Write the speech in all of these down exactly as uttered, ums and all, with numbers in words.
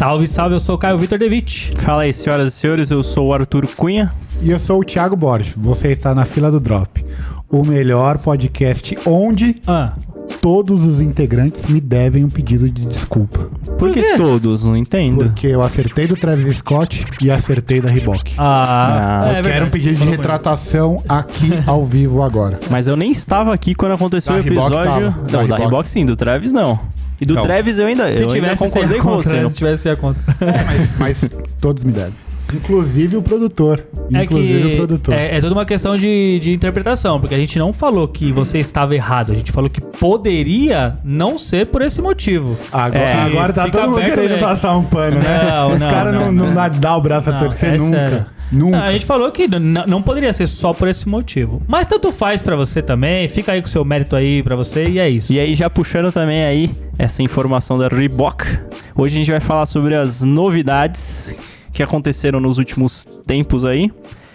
Salve, salve, eu sou o Caio Vitor Devitt. Fala aí, senhoras e senhores, eu sou o Arthur Cunha. E eu sou o Thiago Borges, você está na fila do Drop. O melhor podcast onde Ah. todos os integrantes me devem um pedido de desculpa. Por, Por que quê? todos? Não entendo. Porque eu acertei do Travis Scott e acertei da Reebok. Ah, Ah, é eu quero um verdade. pedido de Falou retratação aqui ao vivo agora. Mas eu nem estava aqui quando aconteceu Da o Reebok episódio. tava. Não, Da da Reebok. Reebok sim, do Travis não. E do Não. Travis eu ainda, Se eu ainda tivesse concordei sem com a conta, você. né? não- Se tivesse sem a conta. É, mas, mas todos me devem. Inclusive o produtor. É Inclusive que o produtor. é, é toda uma questão de, de interpretação, porque a gente não falou que você estava errado, a gente falou que poderia não ser por esse motivo. Agora, É, agora tá fica todo mundo aberto, querendo né? passar um pano, né? Não, Os não, caras não, não, não, não. dá o braço a Não, torcer é nunca. sério. Nunca. Não, a gente falou que n- não poderia ser só por esse motivo. Mas tanto faz pra você também, fica aí com o seu mérito aí pra você e é isso. E aí, já puxando também aí essa informação da Reebok, hoje a gente vai falar sobre as novidades que aconteceram nos últimos tempos aí.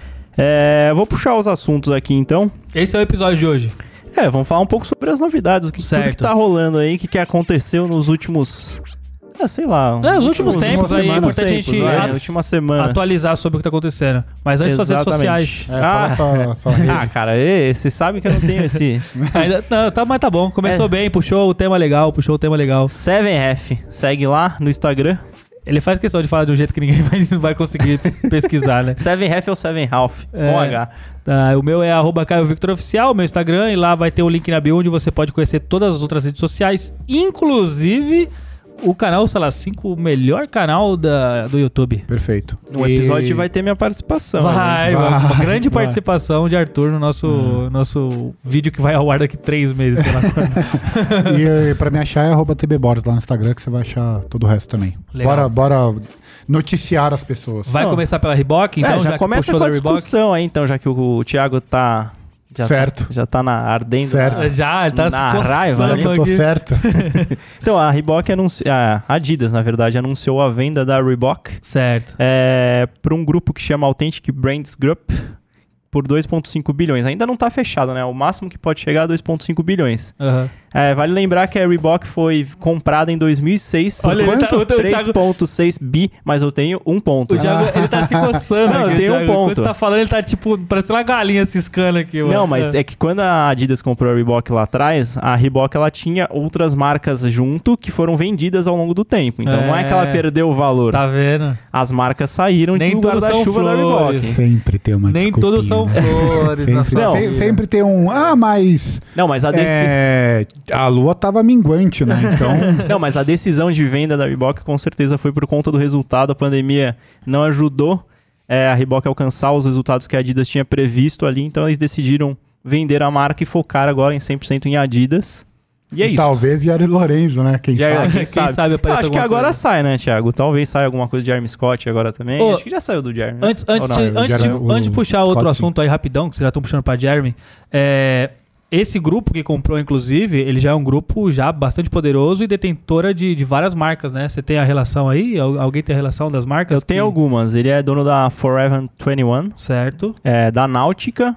É, vou puxar os assuntos aqui então. Esse é o episódio de hoje. É, vamos falar um pouco sobre as novidades, o que, tudo Certo. que tá rolando aí, o que, que aconteceu nos últimos... É, sei lá... É, os últimos Últimos tempos aí, é semanas, importante a gente tempos, vai, at- últimas semanas. atualizar sobre o que tá acontecendo. Mas antes das redes sociais. É, fala Ah. sua, sua rede. Ah, cara, ê, você sabe que eu não tenho esse... Ainda, não, tá, mas tá bom, começou É. bem, puxou o tema legal, puxou o tema legal. seven F, segue lá no Instagram. Ele faz questão de falar de um jeito que ninguém vai, vai conseguir pesquisar, né? seven F ou seven Half, É. com H. Tá, o meu é arroba Caio Victor Oficial, meu Instagram, e lá vai ter o link na bio onde você pode conhecer todas as outras redes sociais, inclusive o canal, sei lá, cinco, o melhor canal da, do YouTube. Perfeito. No E- episódio vai ter minha participação. né? Vai, vai, uma grande vai. participação de Arthur no nosso, nosso vídeo que vai ao ar daqui três meses, sei lá quando. E eh, pra me achar é arroba tbborges lá no Instagram, que você vai achar todo o resto também. Legal. Bora, bora noticiar as pessoas. Vai Não. começar pela Reebok, então, É, já, já, que começa puxou com a da Reebok. discussão aí, então, já que o, o Thiago tá... Já Certo. Tá, já tá na, ardendo. Certo. na- Já, ele tá Na se raiva, coçando né? Eu tô aqui. certo. Então, a Reebok anunciou... A Adidas, na verdade, anunciou a venda da Reebok Certo. é, para um grupo que chama Authentic Brands Group por dois vírgula cinco bilhões. Ainda não tá fechado, né? O máximo que pode chegar é dois vírgula cinco bilhões. Aham. É, vale lembrar que a Reebok foi comprada em dois mil e seis. Olha, ele tá- o- o três Thiago- vírgula seis bi, mas eu tenho um ponto. O Thiago, ele tá se coçando Não, aqui. eu tenho o um Thiago. ponto. Quando você tá falando, ele tá tipo, parecendo uma galinha ciscando aqui. Não, mas é que quando a Adidas comprou a Reebok lá atrás, a Reebok ela tinha outras marcas junto que foram vendidas ao longo do tempo. Então não é que ela É. perdeu o valor. Tá vendo? As marcas saíram Nem do todos são guarda-chuva da Reebok. flores. Sempre tem uma Nem desculpinha, todos são né? flores na Sempre, sua Não. se- vida. sempre tem um... Ah, mas... Não, mas a deci- É, a lua tava minguante, né? Então... Não, mas a decisão de venda da Reebok com certeza foi por conta do resultado. A pandemia não ajudou é, a Reebok a alcançar os resultados que a Adidas tinha previsto ali. Então eles decidiram vender a marca e focar agora em cem por cento em Adidas. E é isso. Talvez Jerry Lorenzo, né? Quem Jerry- sabe? quem Quem sabe? sabe Eu aparece acho que alguma agora coisa. sai, né, Thiago? Talvez saia alguma coisa de Jeremy Scott agora também. Ô, acho que já saiu do Jeremy. né? Antes, antes, Ou de, não? não, antes, de, Jeremy- o antes de puxar Scott, outro sim. assunto aí rapidão, que vocês já estão puxando pra Jeremy, é, esse grupo que comprou, inclusive, ele já é um grupo já bastante poderoso e detentora de, de várias marcas, né? Você tem a relação aí? Al- Alguém tem a relação das marcas? Eu tenho que- algumas. Ele é dono da Forever vinte e um, Certo. é, da Náutica.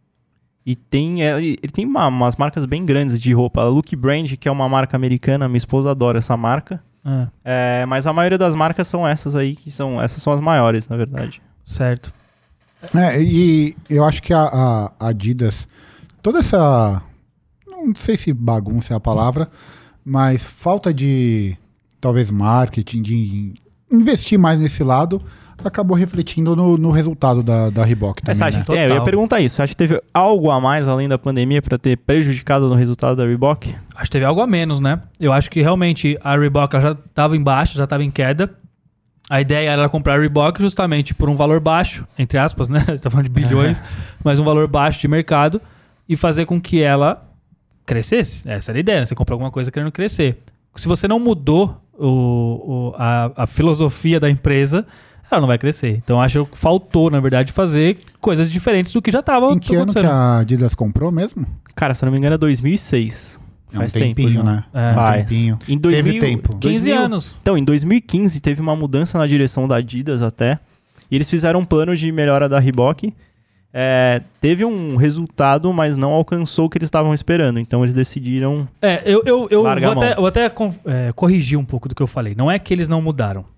E tem, é, ele tem uma- umas marcas bem grandes de roupa. A Lucky Brand, que é uma marca americana, minha esposa adora essa marca. Ah, É, mas a maioria das marcas são essas aí, que são essas são as maiores, na verdade. certo. É, e eu acho que a, a Adidas, toda essa, não sei se bagunça é a palavra, mas falta de, talvez, marketing, de investir mais nesse lado, acabou refletindo no, no resultado da, da Reebok É, também, você acha né? que- é, eu ia Total. perguntar isso. Você acha que teve algo a mais além da pandemia para ter prejudicado no resultado da Reebok? Acho que teve algo a menos, né? Eu acho que realmente a Reebok ela já estava em baixa, já estava em queda. A ideia era comprar a Reebok justamente por um valor baixo, entre aspas, né? Tá falando de bilhões, mas um valor baixo de mercado e fazer com que ela crescesse. Essa era a ideia, né? Você comprou alguma coisa querendo crescer. Se você não mudou o, o- a, a filosofia da empresa, ela não vai crescer. Então acho que faltou, na verdade, fazer coisas diferentes do que já estava Em que ano que a Adidas comprou mesmo? Cara, se eu não me engano é dois mil e seis. É um Faz tempinho, tempo, já. né? É. um Faz. tempinho. Em dois Teve mil, tempo. quinze dois mil anos. Então, em dois mil e quinze teve uma mudança na direção da Adidas até. E eles fizeram um plano de melhora da Reebok. É, teve um resultado, mas não alcançou o que eles estavam esperando. Então eles decidiram... É, eu, eu, eu Larga vou a mão. até, vou até con- é, corrigir um pouco do que eu falei. Não é que eles não mudaram.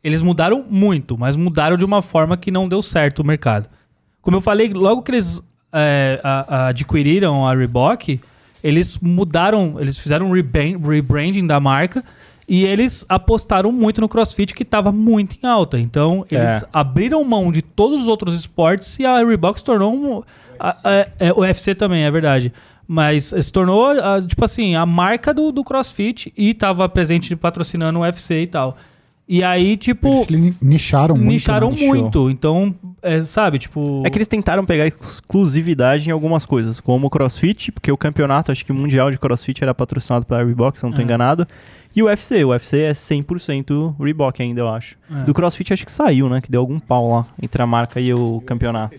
Eles mudaram muito, mas mudaram de uma forma que não deu certo o mercado. Como eu falei, logo que eles é, a, a adquiriram a Reebok, eles mudaram, eles fizeram um rebrand, rebranding da marca e eles apostaram muito no CrossFit, que estava muito em alta. Então, eles é. abriram mão de todos os outros esportes e a Reebok se tornou um... A, a, a, o U F C também, é verdade. Mas se tornou, a, tipo assim, a marca do, do CrossFit e estava presente patrocinando o U F C e tal. E aí, tipo... Eles nicharam muito. Nicharam né? muito. Então, é, sabe, tipo... É que eles tentaram pegar exclusividade em algumas coisas, como o CrossFit, porque o campeonato, acho que mundial de CrossFit era patrocinado pela Reebok, se eu não tô é. enganado. E o U F C. O U F C é cem por cento Reebok ainda, eu acho. É. Do CrossFit acho que saiu, né? Que deu algum pau lá entre a marca e o campeonato.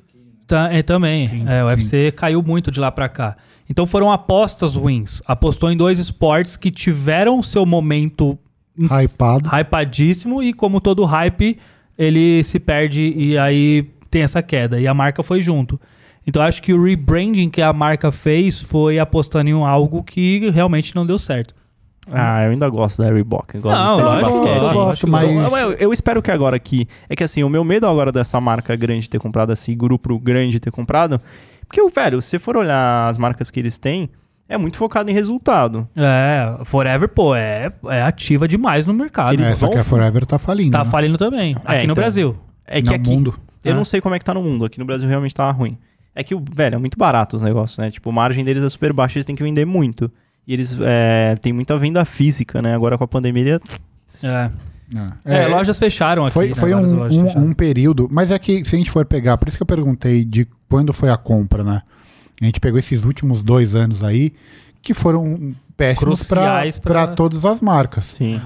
Tá, é, também. Sim, é, o sim. U F C caiu muito de lá pra cá. Então foram apostas ruins. Apostou em dois esportes que tiveram seu momento... Hypado. Hypadíssimo, e como todo hype, ele se perde e aí tem essa queda. E a marca foi junto. Então acho que o rebranding que a marca fez foi apostando em algo que realmente não deu certo. Ah, eu ainda gosto da Reebok. Eu gosto não, do lógico, basquete. Eu gosto, mas... Eu, eu espero que agora aqui... É que assim, o meu medo agora dessa marca grande ter comprado, esse grupo grande ter comprado... Porque, velho, se você for olhar as marcas que eles têm... É muito focado em resultado. É, Forever, pô, é, é ativa demais no mercado. Eles é, vão... Só que a Forever tá falindo. Tá né? falindo também, é, aqui então, no Brasil. É que no aqui, mundo. Eu é. não sei como é que tá no mundo. Aqui no Brasil realmente tá ruim. É que, velho, é muito barato os negócios, né? Tipo, a margem deles é super baixa, eles têm que vender muito. E eles é, têm muita venda física, né? Agora com a pandemia... É. É, é, lojas fecharam aqui. Foi, né? foi um, um, um período... Mas é que, se a gente for pegar... Por isso que eu perguntei de quando foi a compra, né? A gente pegou esses últimos dois anos aí, que foram... péssimos para pra... todas as marcas. Sim.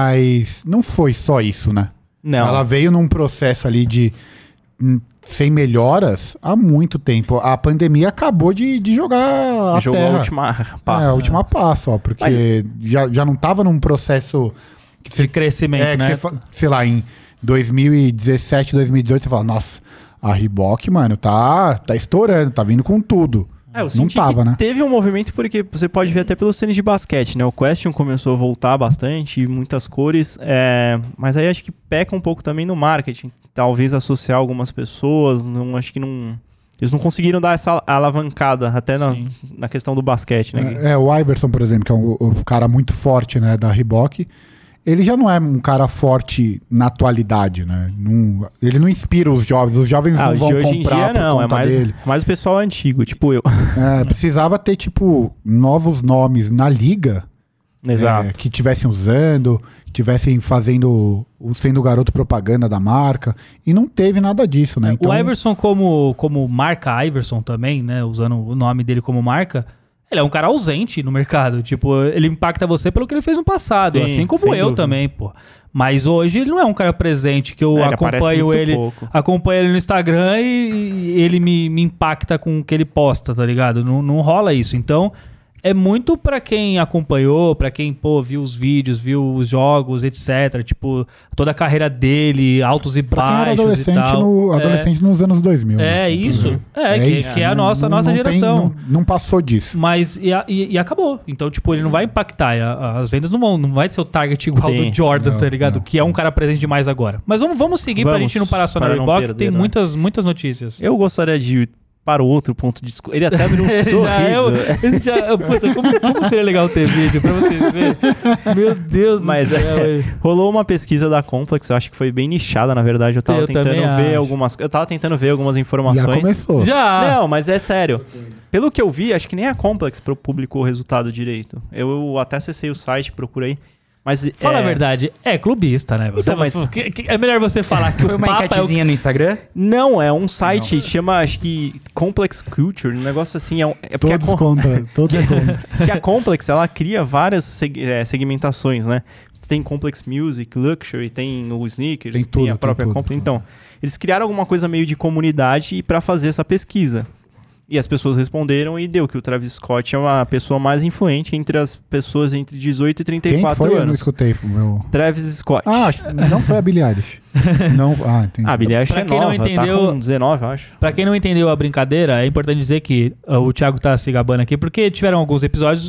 Mas não foi só isso, né? Não. Ela veio num processo ali de hum, sem melhoras há muito tempo. A pandemia acabou de, de jogar a Jogou terra. a última pá. É, a última pá só, porque Mas... já, já não tava num processo que de crescimento, é, né? Que você, sei lá, em dois mil e dezessete, dois mil e dezoito, você fala, nossa, a Reebok, mano, tá, tá estourando, tá vindo com tudo. É, eu não tava, que né? Teve um movimento porque você pode ver até pelos tênis de basquete, né? O Question começou a voltar bastante, muitas cores, é... mas aí acho que peca um pouco também no marketing. Talvez associar algumas pessoas, não, acho que não... Eles não conseguiram dar essa alavancada até na, na questão do basquete, né? É, é, o Iverson, por exemplo, que é um, um cara muito forte, né, da Reebok, ele já não é um cara forte na atualidade, né? Não, ele não inspira os jovens. Os jovens ah, não vão hoje comprar em dia, não, por conta é mais, dele. mais o pessoal antigo, tipo eu. É, precisava ter, tipo, novos nomes na liga. Exato. É, que estivessem usando, que estivessem fazendo, sendo garoto propaganda da marca. E não teve nada disso, né? Então... O Iverson como, como marca Iverson também, né? Usando o nome dele como marca... Ele é um cara ausente no mercado, tipo, ele impacta você pelo que ele fez no passado, Sim, assim como eu dúvida. também, pô. Mas hoje ele não é um cara presente, que eu é, acompanho ele, ele acompanho ele no Instagram e, e ele me, me impacta com o que ele posta, tá ligado? Não, não rola isso, então... É muito pra quem acompanhou, pra quem, pô, viu os vídeos, viu os jogos, etcétera. Tipo, toda a carreira dele, altos e pra baixos quem era adolescente e tal. No, adolescente é. nos anos dois mil. É, né? isso. Uhum. É, é que, isso. que é a nossa, não, nossa não geração. Tem, não, não passou disso. Mas, e, e, e acabou. Então, tipo, ele não vai impactar. As vendas não vão, não vai ser o target igual Sim. do Jordan, não, tá ligado? Não. Que é um cara presente demais agora. Mas vamos, vamos seguir vamos, pra gente não parar só na Reebok, que tem né? muitas, muitas notícias. Eu gostaria de... para o outro ponto de discussão. Ele até abriu um sorriso. já, já, puta, como, como seria legal ter vídeo pra vocês verem? Meu Deus Mas, do céu. É, rolou uma pesquisa da Complex, eu acho que foi bem nichada, na verdade. Eu tava eu tentando ver acho. algumas... Eu tava tentando ver algumas informações. Já começou. Já. Não, mas é sério. Pelo que eu vi, acho que nem a Complex publicou o resultado direito. Eu, eu até acessei o site, procurei. Mas, Fala é... a verdade, é clubista, né? Você, então, mas... que, que, é melhor você falar que foi uma enquetezinha é o... no Instagram? Não, é um site que chama, acho que, Complex Culture, um negócio assim. É, um... é todos a... contra, todos contra. Que a Complex, ela cria várias seg... é, segmentações, né? Tem Complex Music, Luxury, tem o Sneakers, tem, tudo, tem a própria tem Complex. Então, eles criaram alguma coisa meio de comunidade para fazer essa pesquisa. E as pessoas responderam e deu que o Travis Scott é uma pessoa mais influente entre as pessoas entre dezoito e trinta e quatro Quem foi? anos. Eu não escutei. Meu... Travis Scott. Ah, não foi a Billie Eilish. não, ah, entendi. Ah, a Billie Eilish é quem nova, não entendeu, tá com dezenove, eu acho. Pra quem não entendeu a brincadeira, é importante dizer que uh, o Thiago tá se gabando aqui, porque tiveram alguns episódios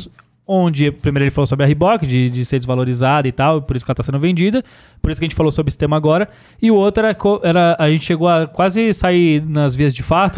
onde primeiro ele falou sobre a Reebok, de, de ser desvalorizada e tal, por isso que ela está sendo vendida, por isso que a gente falou sobre esse tema agora, e o outro era, era a gente chegou a quase sair nas vias de fato,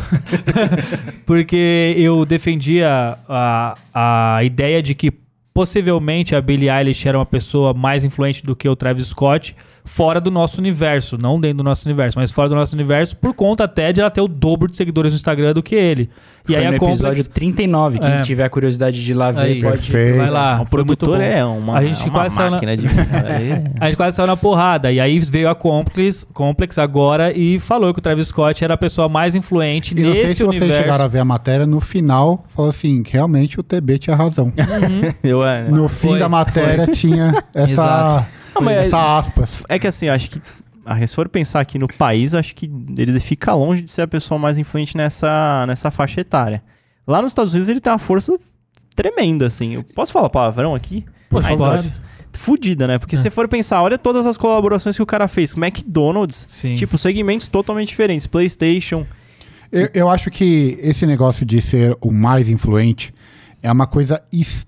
porque eu defendia a, a ideia de que possivelmente a Billie Eilish era uma pessoa mais influente do que o Travis Scott, fora do nosso universo, não dentro do nosso universo, mas fora do nosso universo, por conta até de ela ter o dobro de seguidores no Instagram do que ele. E Foi aí no a episódio Complex... trinta e nove, quem É. tiver a curiosidade de ir lá ver, Aí, pode... perfeito. Vai lá, O foi muito produtor bom. é uma, A gente é uma quase saiu na- máquina de... A gente quase saiu na porrada. E aí veio a Complex, Complex agora e falou que o Travis Scott era a pessoa mais influente E não sei nesse se vocês universo. chegaram a ver a matéria, no final, falou assim, que realmente o T B tinha razão. Eu, é, No fim Foi, da matéria tinha essa, Exato. Não, mas- essa aspas. é que assim, eu acho que ah, se for pensar aqui no país, eu acho que ele fica longe de ser a pessoa mais influente nessa, nessa faixa etária. Lá nos Estados Unidos ele tem uma força tremenda, assim. Eu posso falar palavrão aqui? Poxa, Ai, pode. Fudida, né? Porque se você for pensar, olha todas as colaborações que o cara fez. McDonald's, Sim. tipo, segmentos totalmente diferentes. PlayStation. Eu, eu acho que esse negócio de ser o mais influente é uma coisa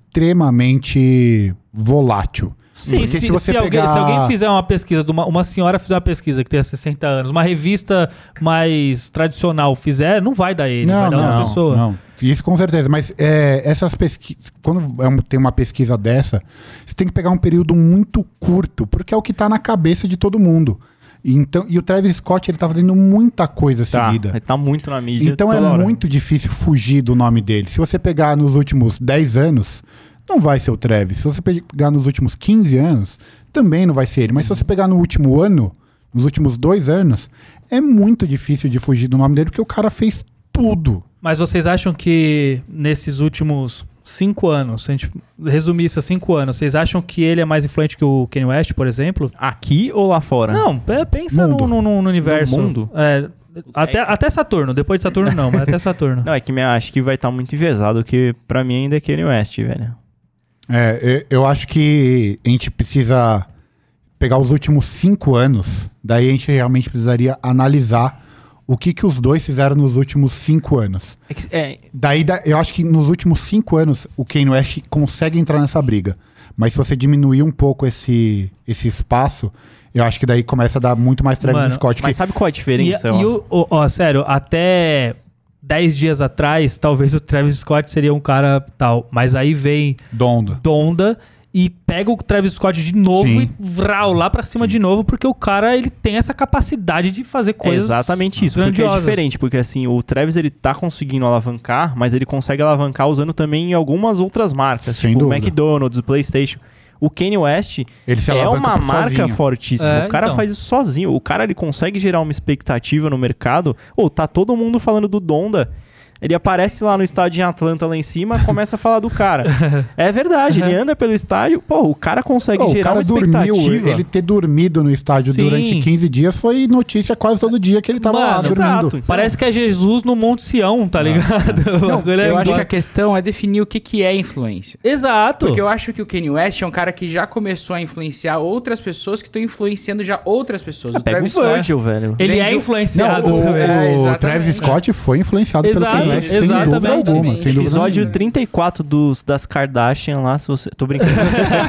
extremamente volátil. Sim, Porque se, se você se alguém, pegar- se alguém fizer uma pesquisa, de uma, uma senhora fizer uma pesquisa que tenha sessenta anos, uma revista mais tradicional fizer, não vai dar ele, vai Não, dar outra não, pessoa. não. Isso com certeza. Mas é, essas pesquisas, quando é um- tem uma pesquisa dessa, você tem que pegar um período muito curto, porque é o que está na cabeça de todo mundo. Então, e o Travis Scott, ele tá fazendo muita coisa Tá, seguida. ele tá muito na mídia. Então é toda hora. muito difícil fugir do nome dele. Se você pegar nos últimos dez anos, não vai ser o Travis. Se você pegar nos últimos quinze anos, também não vai ser ele. Mas se você pegar no último ano, nos últimos dois anos, é muito difícil de fugir do nome dele, porque o cara fez tudo. Mas vocês acham que nesses últimos cinco anos, se a gente resumir isso a cinco anos, vocês acham que ele é mais influente que o Kanye West, por exemplo? Aqui ou lá fora? Não, pe- pensa no, Mundo. no, no- no universo. No mundo? É, até, até Saturno, depois de Saturno não, mas até Saturno. Não, é que me acho que vai estar muito enviesado, que pra mim ainda é Kanye West, velho. É, eu eu acho que a gente precisa pegar os últimos cinco anos, daí a gente realmente precisaria analisar o que, que os dois fizeram nos últimos cinco anos. É que- é, Daí da- eu acho que nos últimos cinco anos o Kanye West consegue entrar nessa briga. Mas se você diminuir um pouco esse, esse espaço, eu acho que daí começa a dar muito mais Travis Mano, Scott. mas Que, sabe qual é a E, diferença? e ó? o, o- ó, sério, até dez dias atrás, talvez o Travis Scott seria um cara tal. Mas aí vem Donda. Donda e pega o Travis Scott de novo Sim. e vrau lá pra cima de novo, porque o cara ele tem essa capacidade de fazer É coisas exatamente isso, porque é grandiosas. diferente, porque assim, o Travis ele tá conseguindo alavancar, mas ele consegue alavancar usando também algumas outras marcas, Sem tipo o dúvida. McDonald's, o PlayStation. O Kanye West Ele se é alavanca uma por marca sozinho. fortíssima. É, o cara então. faz isso sozinho. O cara ele consegue gerar uma expectativa no mercado. Ou tá todo mundo falando do Donda. Ele aparece lá no estádio em Atlanta, lá em cima, começa a falar do cara. É verdade, ele anda pelo estádio, pô, o cara consegue Pô, o gerar cara uma dormiu, expectativa. ele ter dormido no estádio Sim. durante quinze dias foi notícia quase todo dia que ele tava lá Mano, dormindo. exato. Parece que é Jesus no Monte Sião, tá ligado? O bagulho é Eu acho que igual. a questão é definir o que, que é influência. Exato. Porque eu acho que o Kanye West é um cara que já começou a influenciar outras pessoas que estão influenciando já outras pessoas. O Pega o Travis Scott. Virgil, velho. Ele Vem é de um- influenciado. Não, o, também. É, o exatamente. Travis Scott foi influenciado Exato, pelo Kanye West, sem dúvida exatamente. alguma. Sem dúvida Episódio nenhuma. trinta e quatro dos, das Kardashian lá, se você... Tô brincando.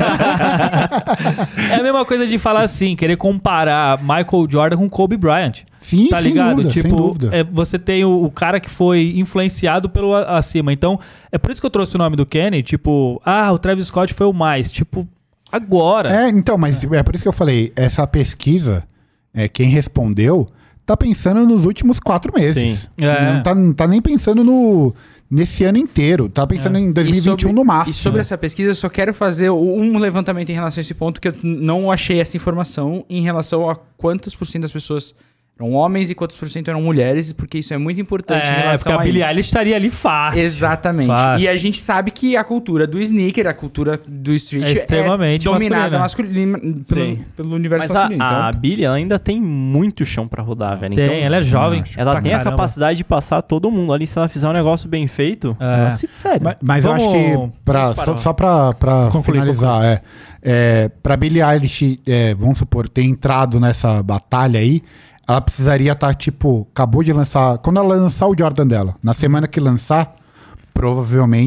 É a mesma coisa de falar assim, querer comparar Michael Jordan com Kobe Bryant. Sim, Tá sem ligado? dúvida, sem Tipo, dúvida. é, você tem o, o cara que foi influenciado pelo a- acima. Então, é por isso que eu trouxe o nome do Kenny. Tipo, ah, o Travis Scott foi o mais. Tipo, agora. É, então, mas é por isso que eu falei, essa pesquisa, é, quem respondeu, tá pensando nos últimos quatro meses. Sim. É. Não, tá, não tá nem pensando no, nesse ano inteiro, tá pensando em dois mil e vinte e um sobre- no máximo. E sobre essa pesquisa, eu só quero fazer um levantamento em relação a esse ponto, que eu não achei essa informação em relação a quantos por cento das pessoas eram homens e quantos por cento eram mulheres, porque isso é muito importante em É, relação porque a a Billie isso. Eilish estaria ali fácil. Exatamente. Fácil. E a gente sabe que a cultura do sneaker, a cultura do street É extremamente dominada masculina. masculina, Sim. pelo, pelo universo Mas a, masculino. a Então, Billie, ela ainda tem muito chão pra rodar, velho. Tem, Então, ela é jovem. ela pra tem a caramba. capacidade de passar todo mundo ali. Se ela fizer um negócio bem feito, É. ela se fere. Mas, mas eu Vamos- acho que, pra, vamos só, parar. só pra, pra Concluir, finalizar, é, é, pra Billie Eilish, é, vamos supor, ter entrado nessa batalha aí, ela precisaria estar, tipo, acabou de lançar, quando ela lançar o Jordan dela, na semana que lançar, provavelmente,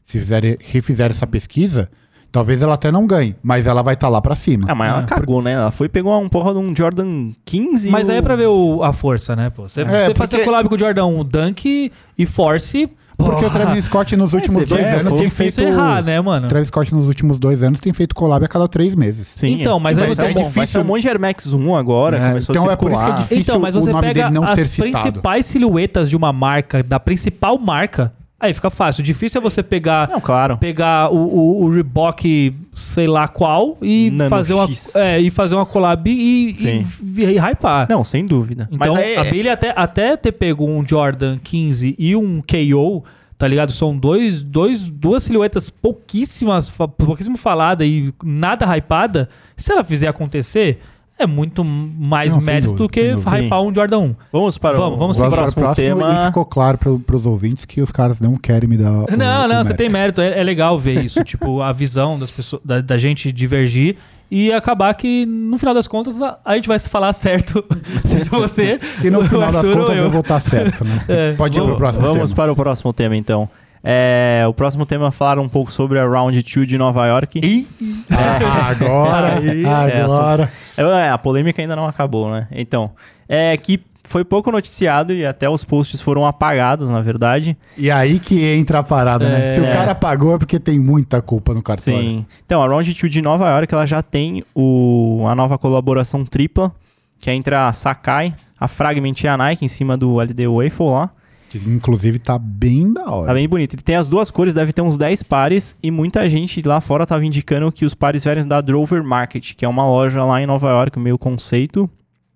se fizerem, refizerem essa pesquisa, talvez ela até não ganhe, mas ela vai estar lá pra cima. Ah, mas ela É. cagou, né? Ela foi e pegou um porra de um Jordan quinze. Mas e aí é o- pra ver o- a força, né, pô? Você, É, você porque- fazer collab com o Jordan um, Dunk e Force... Porque o Travis Scott nos últimos você dois é, anos foi tem difícil feito... errar, né, mano? O Travis Scott nos últimos dois anos tem feito collab a cada três meses. Sim, Então, mas e aí vai você- ser é um, bom, vai difícil- ser um monte de Air Max um agora, É, começou então a é por isso que é circular. difícil. Então, mas o você nome pega dele não as ser citado. principais silhuetas de uma marca, da principal marca, aí fica fácil. Difícil é você pegar... Não, claro. pegar o, o, o Reebok, sei lá qual, e Nano fazer, uma, X. é, e fazer uma collab e, e, Sim. e, e hypar. Não, sem dúvida. Então, mas aí, a Billie até, até ter pego um Jordan quinze e um K O, tá ligado? São dois, dois, duas silhuetas pouquíssimas, fa- pouquíssimo falada e nada hypada. Se ela fizer acontecer, é muito mais Não, sem mérito dúvida, do que sem dúvida. hypar um Jordan um. vamos para Vamos, o, vamos o sim. Vamos para próximo, o próximo tema. e ficou claro para os ouvintes que os caras não querem me dar o, Não, o não, você mérito. tem mérito. É, é legal ver isso. Tipo, a visão das pessoas, da, da gente divergir e acabar que, no final das contas, a, a gente vai se falar certo. Seja você. E no o final das Arthur ou contas eu. eu vou estar certo, né? É, Pode ir vamos- pro próximo Vamos tema. para o próximo tema, então. É, o próximo tema é falar um pouco sobre a Round dois de Nova York. Ih, Ah, agora, É, agora. É, a polêmica ainda não acabou, né? Então, é que foi pouco noticiado e até os posts foram apagados, na verdade. E aí que entra a parada, né? É. Se o cara pagou é porque tem muita culpa no cartório. Sim. Então, a Round dois de Nova York, ela já tem o, a nova colaboração tripla, que é entre a Sacai, a Fragment e a Nike, em cima do L D Waffle lá. Que inclusive tá bem da hora. Tá bem bonito. Ele tem as duas cores, deve ter uns dez pares, e muita gente lá fora tava indicando que os pares vieram da Drover Market, que é uma loja lá em Nova York, meio conceito.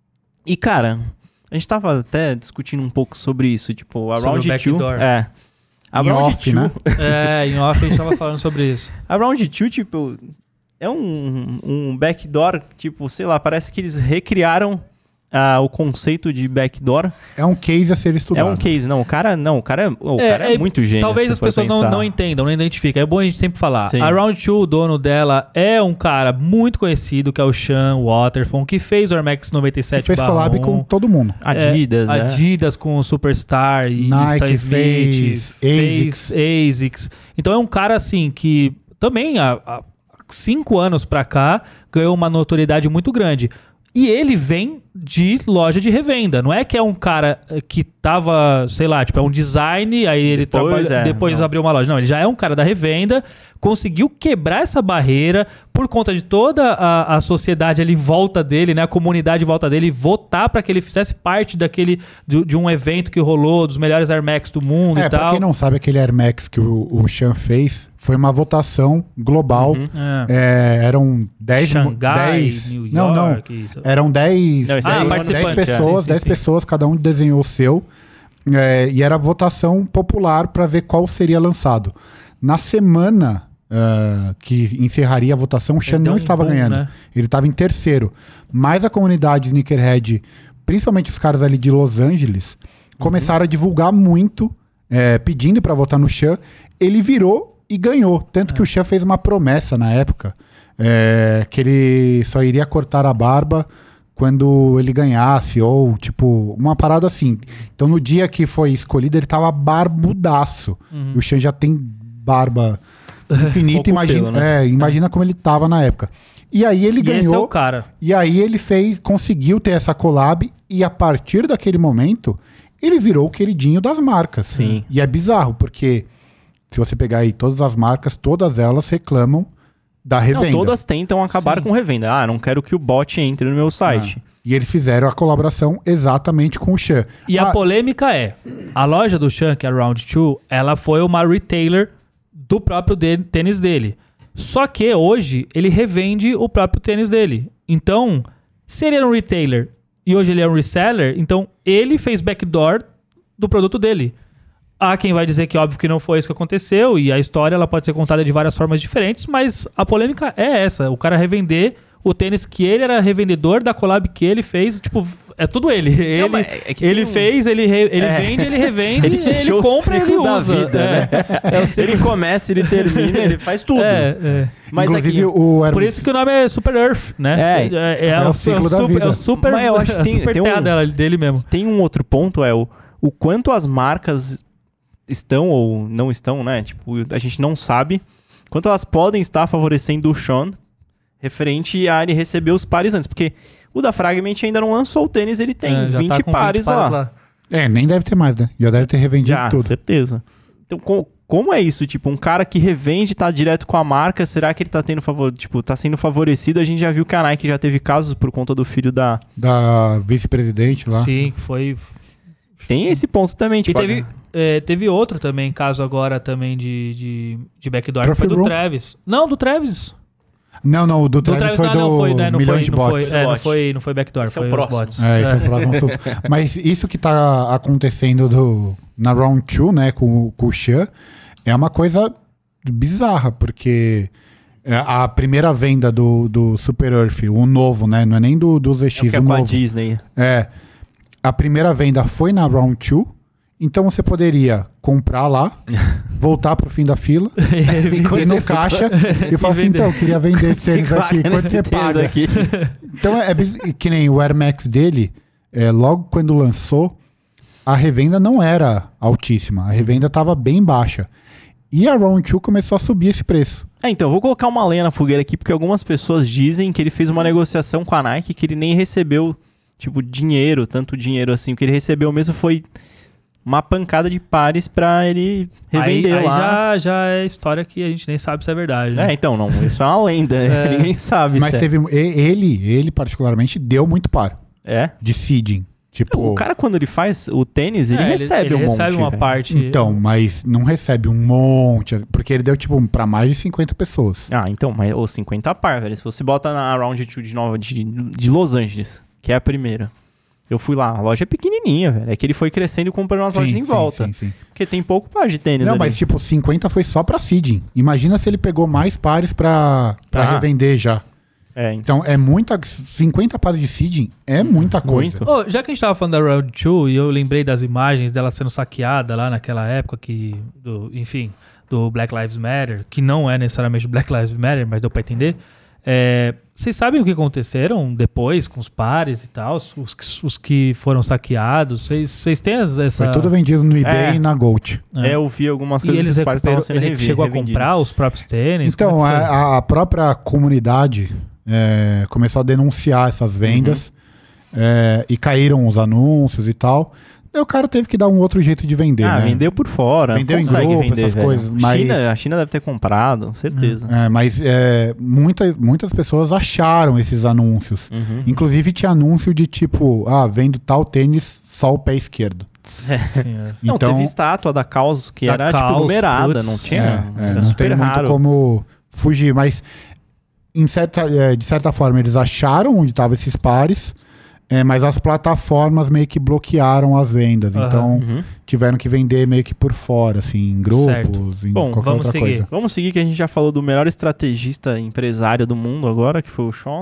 E, cara, a gente tava até discutindo um pouco sobre isso, tipo, a Sobre Round o dois... backdoor. É. A Em Round off, dois, né? é, em off a gente tava falando sobre isso. A Round dois, tipo, é um, um backdoor, tipo, sei lá, parece que eles recriaram ah, o conceito de backdoor. É um case a ser estudado. É um case, não, o cara, não, o cara é, o É, cara é, é, muito gênio. Talvez se as for pessoas não, pensar. não entendam, não identificam. É bom a gente sempre falar. Sim. A Round dois, o dono dela, é um cara muito conhecido, que é o Sean Waterphone, que fez o Air Max noventa e Que sete fez collab um. com todo mundo. Adidas, é, né? Adidas com o Superstar e Nike Stan Smith, fez fez ASICS. Então é um cara assim que também há, há cinco anos pra cá ganhou uma notoriedade muito grande. E ele vem de loja de revenda. Não é que é um cara eh, que tava, sei lá, tipo, é um design, aí ele Depois, trabalha, é, depois não. abriu uma loja. Não, ele já é um cara da revenda, conseguiu quebrar essa barreira por conta de toda a, a sociedade ali em volta dele, né? A comunidade em volta dele, votar para que ele fizesse parte daquele, de, de um evento que rolou, dos melhores Air Max do mundo É, e pra tal. quem não sabe, aquele Air Max que o, o Sean fez foi uma votação global. É. É, eram dez... Xangai, dez New York. não, não. Isso. Eram dez Não, esse aí é dez participante, pessoas, é. Sim, sim, dez sim. pessoas, cada um desenhou o seu. É, e era votação popular para ver qual seria lançado. Na semana uh, que encerraria a votação, o Sean Ele deu não um estava boom, ganhando. né? Ele estava em terceiro. Mas a comunidade Sneakerhead, principalmente os caras ali de Los Angeles, começaram a divulgar muito, é, pedindo para votar no Sean. Ele virou e ganhou. Tanto que o Sean fez uma promessa na época, é, que ele só iria cortar a barba quando ele ganhasse, ou tipo, uma parada assim. Então no dia que foi escolhido, ele tava barbudaço. Uhum. E o Sean já tem barba infinita, Pouco imagina, pelo, né? é, imagina como ele tava na época. E aí ele E ganhou. esse é o cara. E aí ele fez, conseguiu ter essa collab, e a partir daquele momento, ele virou o queridinho das marcas. Sim. E é bizarro, porque se você pegar aí todas as marcas, todas elas reclamam da revenda. Não, todas tentam acabar Sim. com revenda. Ah, não quero que o bot entre no meu site. Ah, e eles fizeram a colaboração exatamente com o Sean. E Ah, a polêmica é, a loja do Sean, que é a Round dois, ela foi uma retailer do próprio de- tênis dele. Só que hoje ele revende o próprio tênis dele. Então, se ele era um retailer e hoje ele é um reseller, então ele fez backdoor do produto dele. Há quem vai dizer que óbvio que não foi isso que aconteceu, e a história ela pode ser contada de várias formas diferentes, mas a polêmica é essa, o cara revender o tênis que ele era revendedor da collab que ele fez, tipo, é tudo ele. Ele, mas é que tem ele um- fez, ele, re- ele É. vende, ele revende, Ele ele, fechou o compra, ele ciclo da usa. vida, é. né? É o ciclo- Ele começa, ele termina, ele faz tudo. É, é. Mas inclusive, aqui, o Hermes, Por isso que o nome é Super Earth, né? É. é, É o o, ciclo é da super, vida. É o super, Mas eu acho que a tem- super tem um- terra dela- dele mesmo. tem um outro ponto, é o, o quanto as marcas estão ou não estão, né? Tipo, a gente não sabe quanto elas podem estar favorecendo o Sean referente a ele receber os pares antes. Porque o da Fragment ainda não lançou o tênis, ele tem É, já vinte tá com pares, vinte lá. lá. É, nem deve ter mais, né? Já deve ter revendido Já, tudo. certeza. Então, com, como é isso? Tipo, um cara que revende, tá direto com a marca, será que ele tá tendo favor, tipo, tá sendo favorecido? A gente já viu que a Nike já teve casos por conta do filho da... Da vice-presidente lá. Sim, que foi... Tem esse ponto também, E tipo... teve, é, teve outro também, caso agora também de, de, de backdoor, que foi do Trophy Room? Travis. Não, do Travis. Não, não, o do Do Travis Travis foi não, do não foi, né? Não milhões foi, de não bots. foi, é, não Bot. foi, não foi backdoor, Esse é o foi os próximo. bots. É, esse é o próximo assunto. Mas isso que tá acontecendo do, na Round dois, né, com, com o Xan, é uma coisa bizarra, porque a primeira venda do, do Super Earth, o novo, né, não é nem do, do Z X, É o que é o com a novo. Disney. É, a primeira venda foi na Round dois, então você poderia comprar lá, voltar pro fim da fila, ir no caixa e falar assim, vender. então, eu queria vender esse tênis aqui, quanto você paga? Aqui. Então é, é biz- que nem o Air Max dele, é, logo quando lançou, a revenda não era altíssima, a revenda estava bem baixa. E a Round dois começou a subir esse preço. É, então, eu vou colocar uma lenha na fogueira aqui, porque algumas pessoas dizem que ele fez uma negociação com a Nike que ele nem recebeu, tipo, dinheiro, tanto dinheiro assim. O que ele recebeu mesmo foi uma pancada de pares pra ele revender aí, aí lá. já, já é história que a gente nem sabe se é verdade, né? É, então, não, isso é uma lenda, É. ninguém sabe. Mas se é. teve e- ele, ele particularmente, deu muito par É? de seeding. Tipo, O cara, quando ele faz o tênis, ele É, recebe ele um monte. recebe uma velho. parte... então, mas não recebe um monte, porque ele deu, tipo, pra mais de cinquenta pessoas. Ah, então, mas ô, cinquenta par, velho. Se você bota na Round dois de Nova de, de Los Angeles, que é a primeira. Eu fui lá, a loja é pequenininha, velho. É que ele foi crescendo e comprando as lojas em volta. Sim, sim. Porque tem pouco par de tênis Não, ali. mas tipo, cinquenta foi só pra seeding. Imagina se ele pegou mais pares pra, pra Ah. revender já. É, então. Então, é muita... cinquenta pares de seeding é muita coisa. Muito. Ô, já que a gente tava falando da Round dois e eu lembrei das imagens dela sendo saqueada lá naquela época que, do, enfim, do Black Lives Matter, que não é necessariamente Black Lives Matter, mas deu pra entender. É, vocês sabem o que aconteceram depois com os pares e tal? Os, que- os que foram saqueados? Vocês vocês têm as- essa... Foi tudo vendido no eBay É. e na Gold. É, eu vi algumas E coisas eles que os pares estavam recuperou, sendo ele revi- chegou a revendidos. comprar os próprios tênis? Então, Como é que foi? a, a própria comunidade é, começou a denunciar essas vendas é, e caíram os anúncios e tal. Daí o cara teve que dar um outro jeito de vender, Ah, né? vendeu por fora. Vendeu em consegue grupo, vender, essas velho. coisas, mas- China, a China deve ter comprado, certeza. É, mas é, muita, muitas pessoas acharam esses anúncios. Uhum. Inclusive tinha anúncio de tipo, ah, vendo tal tênis só o pé esquerdo. Senhora. Não, Então, teve estátua da Caos que Da era Caos, tipo numerada, putz. não tinha? é, é, Era não super tem muito raro. como fugir, mas em certa, é, de certa forma eles acharam onde estavam esses pares, é, mas as plataformas meio que bloquearam as vendas. Aham. Então Uhum. tiveram que vender meio que por fora, assim, em grupos, Certo. em Bom, qualquer vamos outra seguir. coisa. Vamos seguir que a gente já falou do melhor estrategista empresário do mundo agora, que foi o Sean.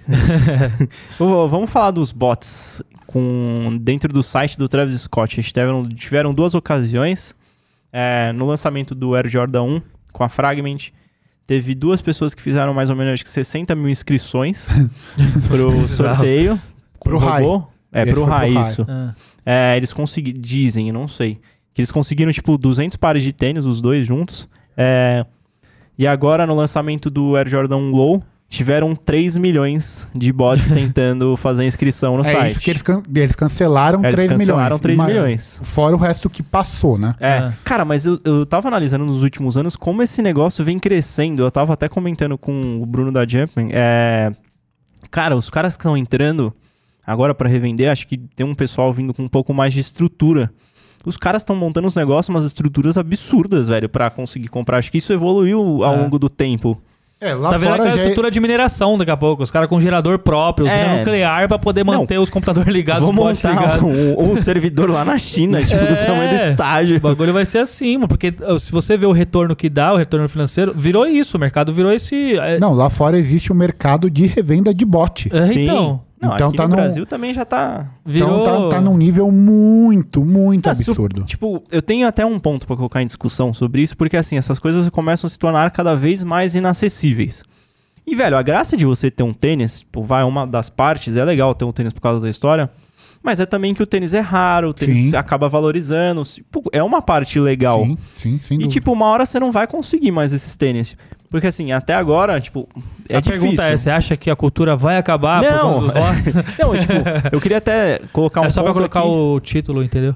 Ô, Vamos falar dos bots com, dentro do site do Travis Scott. Eles tiveram, tiveram duas ocasiões. É, no lançamento do Air Jordan um com a Fragment, teve duas pessoas que fizeram mais ou menos acho que sessenta mil inscrições pro Bizarro. sorteio. com Pro o high. robô. É, Esse pro foi pro high, high. isso. Ah. É, eles conseguiram, dizem, eu não sei, que eles conseguiram, tipo, duzentos pares de tênis, os dois juntos. É, e agora, no lançamento do Air Jordan um Low, tiveram três milhões de bots tentando fazer inscrição no É site. isso que eles, can- eles cancelaram Eles três cancelaram milhões. três Mas- milhões. Fora o resto que passou, né? É, Ah. cara, mas eu, eu tava analisando nos últimos anos como esse negócio vem crescendo. Eu tava até comentando com o Bruno da Jumpman. É, cara, os caras que estão entrando agora pra revender, acho que tem um pessoal vindo com um pouco mais de estrutura. Os caras estão montando uns negócios, umas estruturas absurdas, velho, pra conseguir comprar. Acho que isso evoluiu ao É. longo do tempo. É, lá Tá vendo fora aquela já é- estrutura de mineração daqui a pouco. Os caras com gerador próprio, usina É. nuclear pra poder Não. manter os computadores ligados, Vou os bots montar ligados. um, um servidor lá na China, tipo, do É. tamanho do estágio. O bagulho vai ser assim, mano, porque uh, se você vê o retorno que dá, o retorno financeiro, virou isso, o mercado virou esse... é, Não, lá fora existe um mercado de revenda de bot. é, Sim. então, Não, Então aqui tá no num- Brasil também já tá... virou... Então tá, tá num nível muito, muito Ah, su- absurdo. Tipo, eu tenho até um ponto pra colocar em discussão sobre isso, porque assim, essas coisas começam a se tornar cada vez mais inacessíveis. E, velho, a graça de você ter um tênis, tipo, vai, uma das partes, é legal ter um tênis por causa da história, Mas é também que o tênis é raro, o tênis Sim. acaba valorizando. Tipo, é uma parte legal. Sim, sim, sem E, dúvida. tipo, uma hora você não vai conseguir mais esses tênis. Porque, assim, até agora, tipo, é a difícil. pergunta é, você acha que a cultura vai acabar por Não. conta dos bots? Não, tipo, eu queria até colocar um É só pra ponto colocar aqui. o título, entendeu?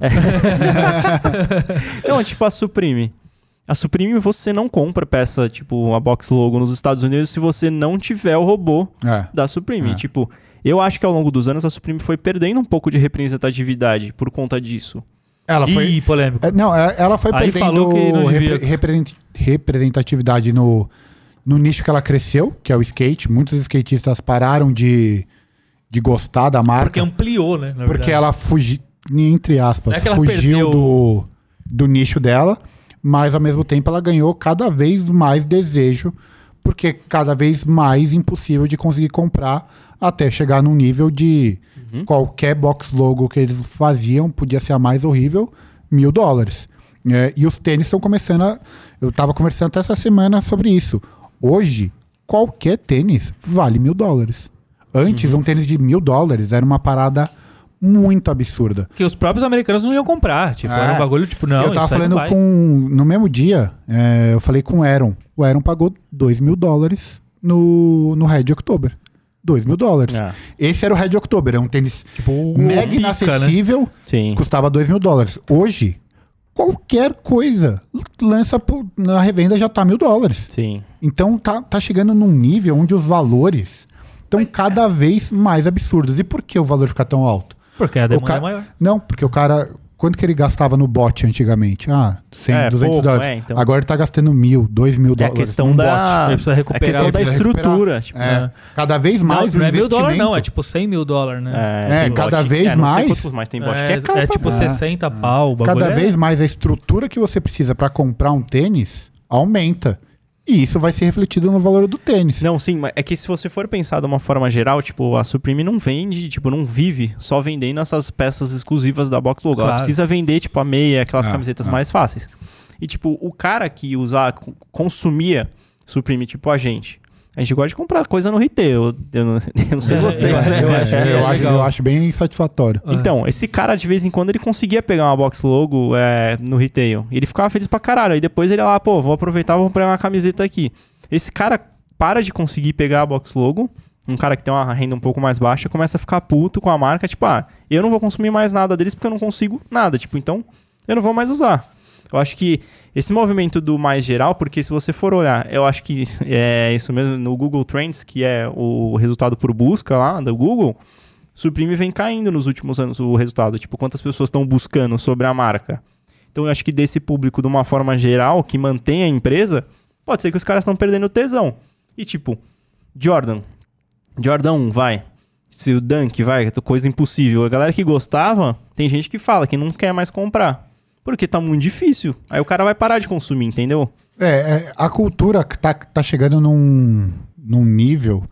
Não, tipo, a Supreme. A Supreme você não compra peça, tipo, a box logo nos Estados Unidos se você não tiver o robô É. da Supreme. É. Tipo, eu acho que ao longo dos anos a Supreme foi perdendo um pouco de representatividade por conta disso. Ela foi... Ih, polêmico. É, não, é- ela foi Aí perdendo falou que não devia. repre- represent- representatividade no, no nicho que ela cresceu, que é o skate. Muitos skatistas pararam de, de gostar da marca. Porque ampliou, né? na Porque verdade. ela fugiu, entre aspas, Não é que ela fugiu perdeu- do, do nicho dela, mas ao mesmo tempo ela ganhou cada vez mais desejo, porque cada vez mais impossível de conseguir comprar, até chegar num nível de Uhum. qualquer box logo que eles faziam, podia ser a mais horrível, mil dólares. É, e os tênis estão começando a... Eu estava conversando até essa semana sobre isso. Hoje, qualquer tênis vale mil dólares. Antes, Uhum. um tênis de mil dólares era uma parada muito absurda. Que os próprios americanos não iam comprar. Tipo, É. era um bagulho, tipo, não, eu tava isso aí não falando vai. com... No mesmo dia, é, eu falei com o Aaron. O Aaron pagou dois mil dólares no, no Red October. dois mil dólares. É. Esse era o Red October. É um tênis Tipo, o mega pica, né? inacessível. Sim. Custava dois mil dólares. Hoje, qualquer coisa lança por- na revenda já tá mil dólares. Sim. Então tá, tá chegando num nível onde os valores estão cada vez mais absurdos. E por que o valor fica tão alto? Porque a O demanda ca- é maior. Não, porque o cara... Quanto que ele gastava no bot antigamente? Ah, cem, É, duzentos pouco, dólares. é, então. Agora ele tá gastando mil, dois mil É a dólares questão num da... Ele precisa É recuperar. a questão Ele da precisa estrutura. recuperar. Tipo, É, cada vez mais não, não o é mil dólares, investimento... não. É tipo cem mil dólares, né? É, tem cada bot- vez é, não sei mais- quantos mais tem bot que é É, caro é pra tipo caralho. sessenta pau. O bagulho Cada é- vez mais a estrutura que você precisa para comprar um tênis aumenta. E isso vai ser refletido no valor do tênis. Não, sim, mas é que se você for pensar de uma forma geral, tipo, a Supreme não vende, tipo, não vive só vendendo essas peças exclusivas da Box Logo. Ela Claro. precisa vender, tipo, a meia, aquelas Ah, camisetas ah. mais fáceis. E, tipo, o cara que usa, consumia Supreme, tipo a gente, a gente gosta de comprar coisa no retail. Eu, eu não, eu não sei É, vocês, eu, é, né? eu é, acho, é, eu, é acho, legal. eu acho bem satisfatório. É. Então, esse cara, de vez em quando, ele conseguia pegar uma box logo é, no retail. E ele ficava feliz pra caralho. Aí depois ele ia lá, pô, vou aproveitar e vou comprar uma camiseta aqui. Esse cara para de conseguir pegar a box logo. Um cara que tem uma renda um pouco mais baixa começa a ficar puto com a marca. Tipo, ah, eu não vou consumir mais nada deles porque eu não consigo nada. Tipo, então eu não vou mais usar. Eu acho que esse movimento do mais geral, porque se você for olhar, eu acho que é isso mesmo, no Google Trends, que é o resultado por busca lá do Google, Supreme vem caindo nos últimos anos o resultado. Tipo, quantas pessoas estão buscando sobre a marca. Então eu acho que desse público, de uma forma geral, que mantém a empresa, pode ser que os caras estão perdendo tesão. E tipo, Jordan. Jordan um, vai. Se o Dunk, vai, coisa impossível. A galera que gostava, tem gente que fala que não quer mais comprar. Porque tá muito difícil. Aí o cara vai parar de consumir, entendeu? É, é, a cultura tá, tá chegando num, num nível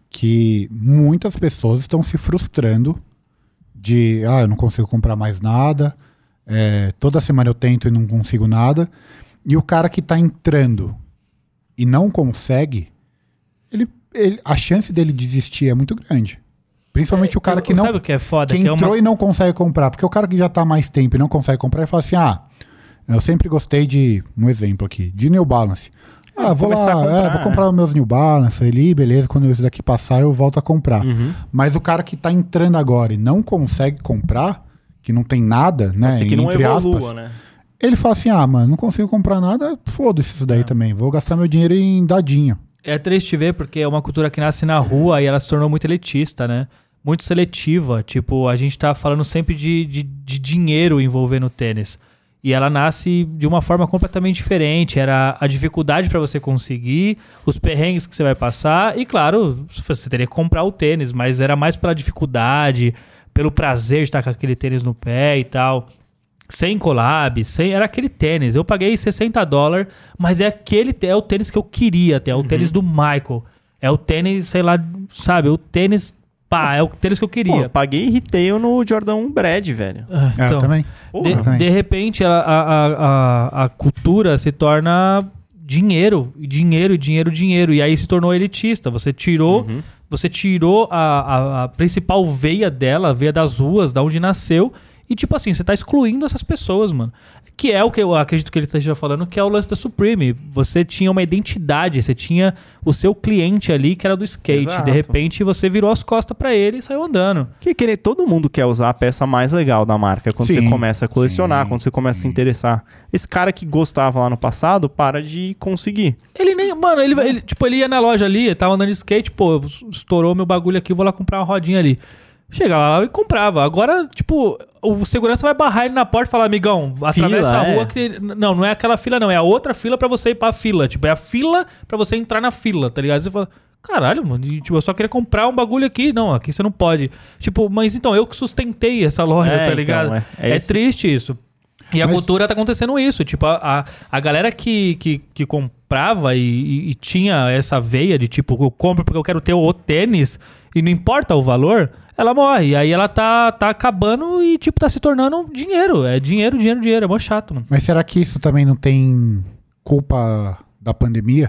que muitas pessoas estão se frustrando de, ah, eu não consigo comprar mais nada, é, toda semana eu tento e não consigo nada. E o cara que tá entrando e não consegue, ele, ele- a chance dele desistir é muito grande. Principalmente o cara que não... Sabe o que é foda? Que Que é entrou uma... e não consegue comprar. Porque o cara que já tá há mais tempo e não consegue comprar, ele fala assim, ah, eu sempre gostei de, um exemplo aqui, de New Balance. Ah, vou começar a lá, comprar, é, vou né? comprar os meus New Balance ali, beleza, quando esse daqui passar eu volto a comprar. Uhum. Mas o cara que tá entrando agora e não consegue comprar, que não tem nada, né, Pode ser que não entre evolua, aspas, né? ele fala assim, ah, mano, não consigo comprar nada, foda-se isso daí É. também, vou gastar meu dinheiro em dadinho. É triste ver porque é uma cultura que nasce na rua e ela se tornou muito elitista, né? Muito seletiva. Tipo, a gente tá falando sempre de, de, de dinheiro envolvendo o tênis. E ela nasce de uma forma completamente diferente. Era a dificuldade pra você conseguir, os perrengues que você vai passar. E claro, você teria que comprar o tênis, mas era mais pela dificuldade, pelo prazer de estar com aquele tênis no pé e tal. Sem collab, sem, era aquele tênis. Eu paguei sessenta dólares, mas é aquele é o tênis que eu queria ter. É o tênis do Michael. É o tênis, sei lá, sabe? O tênis, pá, é o tênis que eu Pô, queria. eu paguei retail no Jordan um Brad, velho. Ah, É, eu também. Porra. de, também. de repente, a, a, a, a cultura se torna dinheiro, e dinheiro, e dinheiro, dinheiro. E aí se tornou elitista. Você tirou Uhum. você tirou a, a, a principal veia dela, a veia das ruas, da onde nasceu, e tipo assim, você tá excluindo essas pessoas, mano. Que é o que eu acredito que ele esteja falando, que é o lance da Supreme. Você tinha uma identidade, você tinha o seu cliente ali que era do skate. Exato. De repente você virou as costas pra ele e saiu andando. Que querer, todo mundo quer usar a peça mais legal da marca quando Sim, você começa a colecionar, sim, quando você começa sim. a se interessar. Esse cara que gostava lá no passado, para de conseguir. Ele nem, mano, ele, ele, tipo, ele ia na loja ali, tava andando de skate, pô, estourou meu bagulho aqui, vou lá comprar uma rodinha ali. Chegava lá e comprava. Agora, tipo, o segurança vai barrar ele na porta e falar, amigão, atravessa Fila, a rua é. que... Não, não é aquela fila não, é a outra fila pra você ir pra fila. Tipo, é a fila pra você entrar na fila, tá ligado? Você fala, caralho, mano, e, tipo, eu só queria comprar um bagulho aqui. Não, aqui você não pode. Tipo, mas então, eu que sustentei essa loja, É, tá então, ligado? é- é é esse- triste isso. E a Mas- cultura tá acontecendo isso. Tipo, a, a, a galera que, que, que comprava e, e- e tinha essa veia de tipo, eu compro porque eu quero ter o tênis e não importa o valor, ela morre. E aí ela tá, tá acabando e, tipo, tá se tornando dinheiro. É dinheiro, dinheiro, dinheiro. É mó chato, mano. Mas será que isso também não tem culpa da pandemia?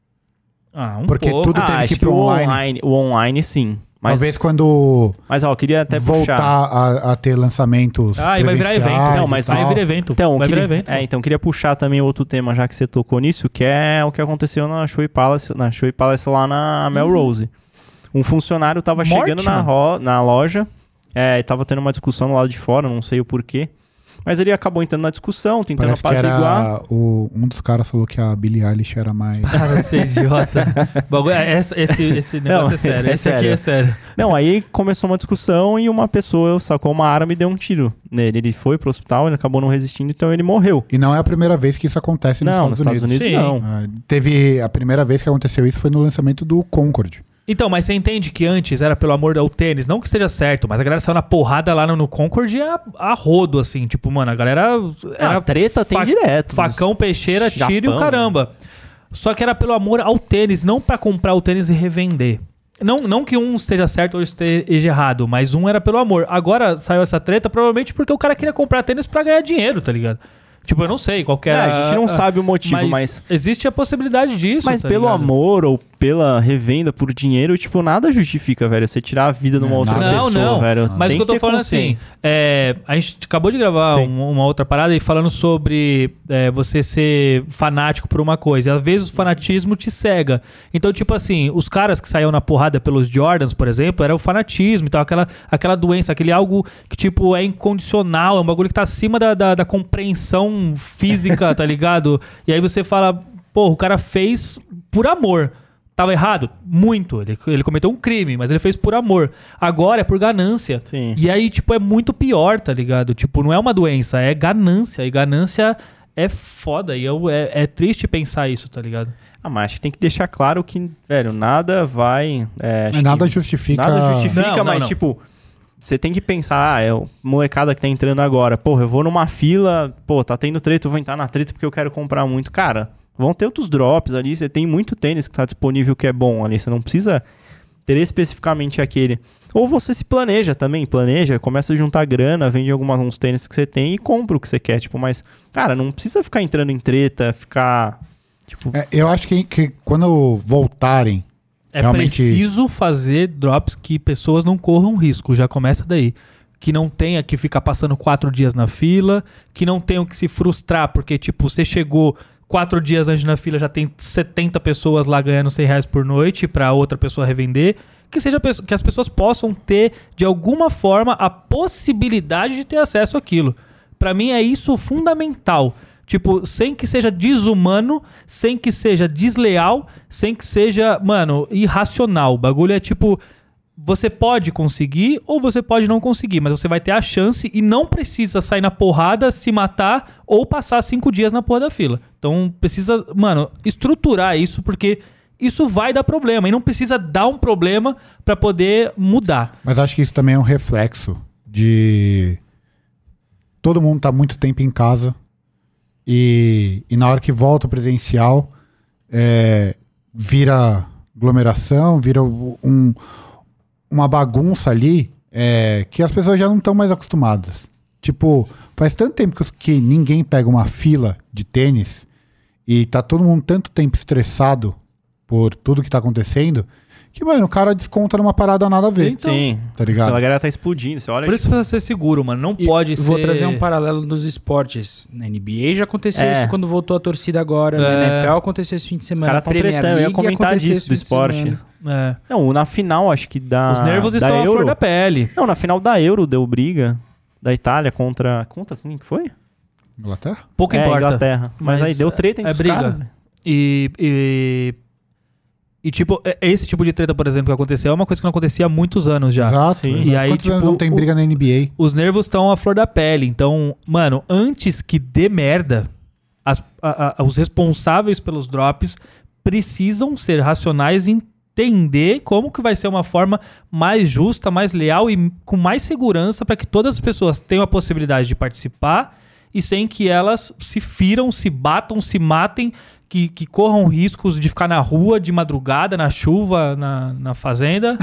Ah, um Porque pouco. tudo teve Ah, que acho ir que pro o online. online, o online sim. Mas, Talvez quando mas ó, eu queria até voltar puxar. a, a ter lançamentos Ah, e vai virar evento. presenciais Não, e mas tal. Vai virar evento. Então, vai queria, virar evento. é, então queria puxar também outro tema, já que você tocou nisso, que é o que aconteceu na Shoei Palace, na Shoei Palace lá na Melrose. Um funcionário tava Morte, chegando na, mano. ro- na loja, é, e tava tendo uma discussão do lado de fora, não sei o porquê. Mas ele acabou entrando na discussão, tentando Parece que apaziguar. era o, um dos caras falou que a Billie Eilish era mais... Cara, você é idiota. Bagulho- é, esse, esse, esse negócio Não, é sério. é Esse aqui sério. é sério. Não, aí começou uma discussão e uma pessoa sacou uma arma e deu um tiro nele. Ele foi pro hospital, ele acabou não resistindo, então ele morreu. E não é a primeira vez que isso acontece nos Não, nos Estados Estados Unidos. Unidos, Sim. não. Ah, teve a primeira vez que aconteceu isso foi no lançamento do Concorde. Então, mas você entende que antes era pelo amor ao tênis, não que esteja certo, mas a galera saiu na porrada lá no, no Concorde a, a rodo, assim, tipo, mano, a galera era Ah, treta tem direto. facão, peixeira, Japão. tiro e o caramba. Só que era pelo amor ao tênis, não pra comprar o tênis e revender. Não, não que um esteja certo ou esteja errado, mas um era pelo amor. Agora saiu essa treta provavelmente porque o cara queria comprar tênis pra ganhar dinheiro, tá ligado? Tipo, eu não sei qual que É, era... a gente não sabe o motivo, mas, mas... existe a possibilidade disso, Mas tá pelo ligado? amor ou pela revenda por dinheiro, tipo, nada justifica, velho. Você tirar a vida de uma Não, outra nada. Não, pessoa, não. velho. Mas Tem o que eu tô ter falando assim, consciência. é, a gente acabou de gravar Sim. um- uma outra parada e falando sobre é, você ser fanático por uma coisa. E às vezes o fanatismo te cega. Então, tipo assim, os caras que saíam na porrada pelos Jordans, por exemplo, era o fanatismo. Então, aquela, aquela doença, aquele algo que, tipo, é incondicional, é um bagulho que tá acima da, da, da compreensão física, tá ligado? E aí você fala, pô, o cara fez por amor. Tava errado? Muito. Ele, ele cometeu um crime, mas ele fez por amor. Agora é por ganância. Sim. E aí, tipo, é muito pior, tá ligado? Tipo, não é uma doença, é ganância. E ganância é foda. E eu, é, é triste pensar isso, tá ligado? Ah, mas acho que tem que deixar claro que, velho, nada vai... É, acho Nada que justifica... Nada justifica, Não, não, mas, não. tipo... Você tem que pensar, ah, é o molecada que tá entrando agora. Porra, eu vou numa fila, pô, tá tendo treta, eu vou entrar na treta porque eu quero comprar muito. Cara, vão ter outros drops ali, você tem muito tênis que tá disponível que é bom ali, você não precisa ter especificamente aquele. Ou você se planeja também, planeja, começa a juntar grana, vende alguns uns tênis que você tem e compra o que você quer, tipo, mas, cara, não precisa ficar entrando em treta, ficar, tipo... É, eu acho que, que quando voltarem... É Realmente- preciso fazer drops que pessoas não corram risco, já começa daí. Que não tenha que ficar passando quatro dias na fila, que não tenham que se frustrar, porque, tipo, você chegou quatro dias antes na fila, já tem setenta pessoas lá ganhando cem reais por noite pra outra pessoa revender. Que, seja, que as pessoas possam ter, de alguma forma, a possibilidade de ter acesso àquilo. Pra mim é isso fundamental. Tipo, sem que seja desumano, sem que seja desleal, sem que seja, mano, irracional. O bagulho é tipo, você pode conseguir ou você pode não conseguir, mas você vai ter a chance e não precisa sair na porrada, se matar ou passar cinco dias na porra da fila. Então precisa, mano, estruturar isso porque isso vai dar problema e não precisa dar um problema pra poder mudar. Mas acho que isso também é um reflexo de... Todo mundo tá muito tempo em casa e, e na hora que volta presencial é, vira aglomeração, vira um, uma bagunça ali é, que as pessoas já não estão mais acostumadas. Tipo, faz tanto tempo que, que ninguém pega uma fila de tênis e tá todo mundo tanto tempo estressado por tudo que tá acontecendo que, mano, o cara desconta numa parada nada a ver. Então, Sim. Tá ligado? A galera tá explodindo. Você olha. Por isso precisa ser seguro, mano. Não E pode ser... Vou trazer um paralelo dos esportes. Na N B A já aconteceu É. isso quando voltou a torcida agora. Na É. N F L aconteceu esse fim de semana. Os caras tão Premier tretando, eu ia League comentar aconteceu disso esse do fim de semana. esporte. É. Não, na final, acho que da. Os nervos da estão à Euro. flor da pele. Não, na final da Euro deu briga da Itália contra. Contra quem que foi? Inglaterra? Pouco é, importa. Inglaterra. Mas, Mas aí deu treta entre é os briga. caras. né? E, e, e, tipo, é- esse tipo de treta, por exemplo, que aconteceu é uma coisa que não acontecia há muitos anos já. Exato. Sim. exato. E aí, Quantos anos tipo, não tem o- briga na N B A? Os nervos estão à flor da pele. Então, mano, antes que dê merda, as- a- a- os responsáveis pelos drops precisam ser racionais e entender como que vai ser uma forma mais justa, mais leal e com mais segurança para que todas as pessoas tenham a possibilidade de participar e sem que elas se firam, se batam, se matem, que, que corram riscos de ficar na rua de madrugada, na chuva, na, na fazenda,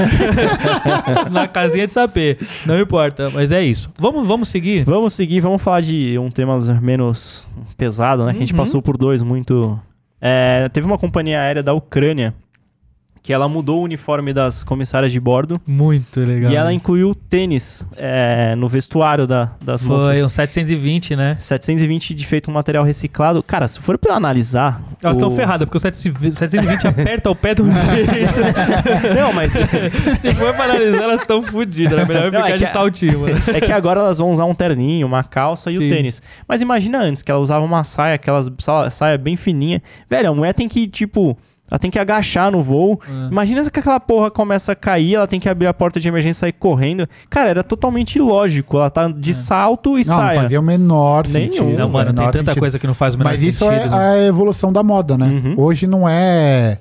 na casinha de sapê. Não importa, mas é isso. Vamos, vamos seguir? Vamos seguir, vamos falar de um tema menos pesado, né? Que a gente Uhum. passou por dois muito. É, teve uma companhia aérea da Ucrânia que ela mudou o uniforme das comissárias de bordo Muito legal. e ela incluiu tênis é, no vestuário da, das Foi moças. um setecentos e vinte, né? setecentos e vinte de feito um material reciclado. Cara, se for pra analisar. Elas o- estão ferradas, porque o setecentos e vinte aperta o pé de um jeito. Não, mas Se for pra analisar, elas estão fodidas. É melhor Não, ficar é de que a- saltinho, mano. é que agora elas vão usar um terninho, uma calça e Sim. o tênis. Mas imagina antes, que ela usava uma saia, aquelas sa- saia bem fininha. Velho, a mulher tem que, tipo, ela tem que agachar no voo. É. Imagina se aquela porra começa a cair, ela tem que abrir a porta de emergência e sair correndo. Cara, era totalmente ilógico. Ela tá de salto e Não, não saia. fazia o menor Nenhum. sentido. Não, mano, tem menor tanta sentido. coisa que não faz o menor Mas isso sentido. é a evolução da moda, né? Uhum. Hoje não é...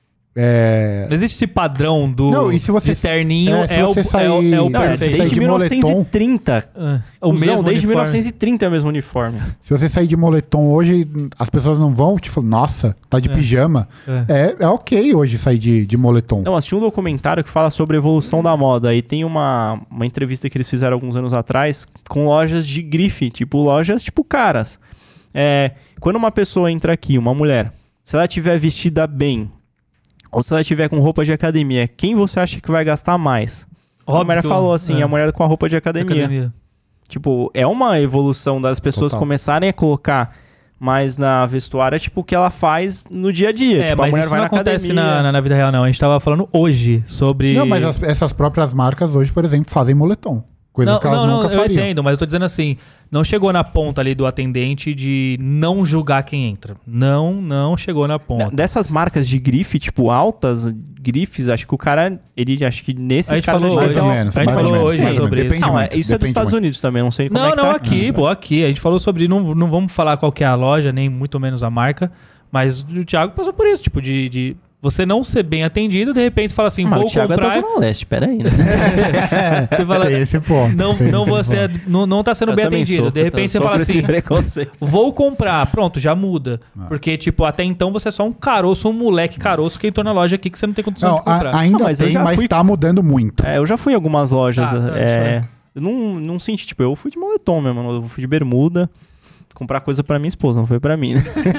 é... Não existe esse padrão do Não, e se você- de terninho, é, se é, o, você é, sair- o, é o Não, é Cara, perfeito. sair desde de mil novecentos e trinta. É, o Cusão, mesmo desde mil uniforme. novecentos e trinta é o mesmo uniforme. Se você sair de moletom hoje, as pessoas não vão te falar, nossa, tá de É. pijama. É. É, é ok hoje sair de, de moletom. Não, assisti um documentário que fala sobre a evolução da moda. E tem uma, uma entrevista que eles fizeram alguns anos atrás com lojas de grife, tipo lojas tipo caras. É, quando uma pessoa entra aqui, uma mulher, se ela estiver vestida bem, ou se ela estiver com roupa de academia, quem você acha que vai gastar mais? Óbvio a mulher que eu- falou assim, é. a mulher com a roupa de academia. Academia. Tipo, é uma evolução das pessoas Total. começarem a colocar mais na vestuária, tipo, o que ela faz no dia a dia. É, tipo, a mas mulher isso vai não na acontece academia. na, na, na vida real, não. A gente tava falando hoje sobre... Não, mas as- essas próprias marcas hoje, por exemplo, fazem moletom. Coisas Não, que elas não, não, nunca eu fariam. entendo, mas eu tô dizendo assim, não chegou na ponta ali do atendente de não julgar quem entra. Não, não chegou na ponta. Dessas marcas de grife, tipo, altas grifes, acho que o cara, ele, acho que nesses A gente caras... falou já Mais hoje. ou estão- menos. a gente mais falou ou menos, hoje mais ou sobre menos. isso. Depende Não, é, muito, isso é dos depende Estados muito. Unidos também, não sei como Não, é que não, tá aqui, pô, aqui. A gente falou sobre, não, não vamos falar qual que é a loja, nem muito menos a marca, mas o Thiago passou por isso, tipo, de, de você não ser bem atendido, de repente você fala assim, Mas vou o Thiago é da comprar... Zona Leste, peraí, né? Você fala, Tem esse ponto. não, tem não, esse você ponto. não, não tá sendo Eu bem também atendido. sou, de repente você eu fala sofro esse assim, preconceito. vou comprar. Pronto, já muda. Ah. Porque, tipo, até então você é só um caroço, um moleque caroço que entrou na loja aqui que você não tem condição Não, de comprar. a- ainda Não, mas eu tem, já mas fui- tá mudando muito. É, eu já fui em algumas lojas. Tá, tá, é, isso eu não, não senti, tipo, eu fui de moletom mesmo, eu fui de bermuda comprar coisa pra minha esposa, não foi pra mim, né?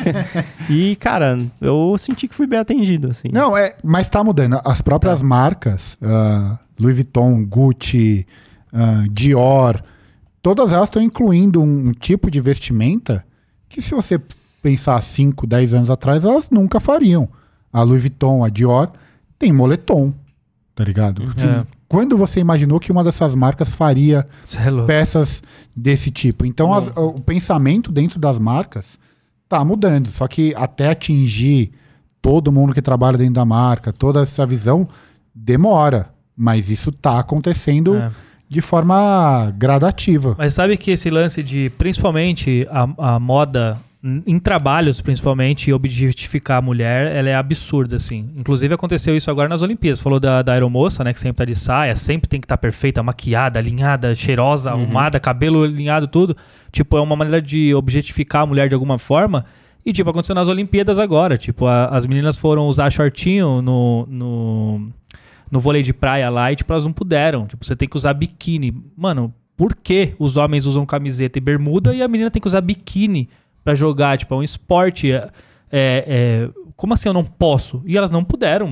E, cara, eu senti que fui bem atendido, assim. Não, é, mas tá mudando. As próprias marcas, ah, Louis Vuitton, Gucci, ah, Dior, todas elas estão incluindo um, um tipo de vestimenta que, se você pensar cinco, dez anos atrás, elas nunca fariam. A Louis Vuitton, a Dior, tem moletom, tá ligado? É. Quando você imaginou que uma dessas marcas faria Você é louco. peças desse tipo? Então, as- o pensamento dentro das marcas tá mudando. Só que até atingir todo mundo que trabalha dentro da marca, toda essa visão, demora. Mas isso tá acontecendo É. de forma gradativa. Mas sabe que esse lance de, principalmente, a, a moda, n- em trabalhos, principalmente, objetificar a mulher, ela é absurda, assim. Inclusive, aconteceu isso agora nas Olimpíadas. Falou da, da aeromoça, né, que sempre tá de saia, sempre tem que estar perfeita, maquiada, alinhada, cheirosa, arrumada, cabelo alinhado, tudo. Tipo, é uma maneira de objetificar a mulher de alguma forma. E, tipo, aconteceu nas Olimpíadas agora. Tipo, a- as meninas foram usar shortinho no... no no vôlei de praia lá e, tipo, elas não puderam. Tipo, você tem que usar biquíni. Mano, por que os homens usam camiseta e bermuda e a menina tem que usar biquíni pra jogar? Tipo, é um esporte. É, é, como assim eu não posso? E elas não puderam, mano.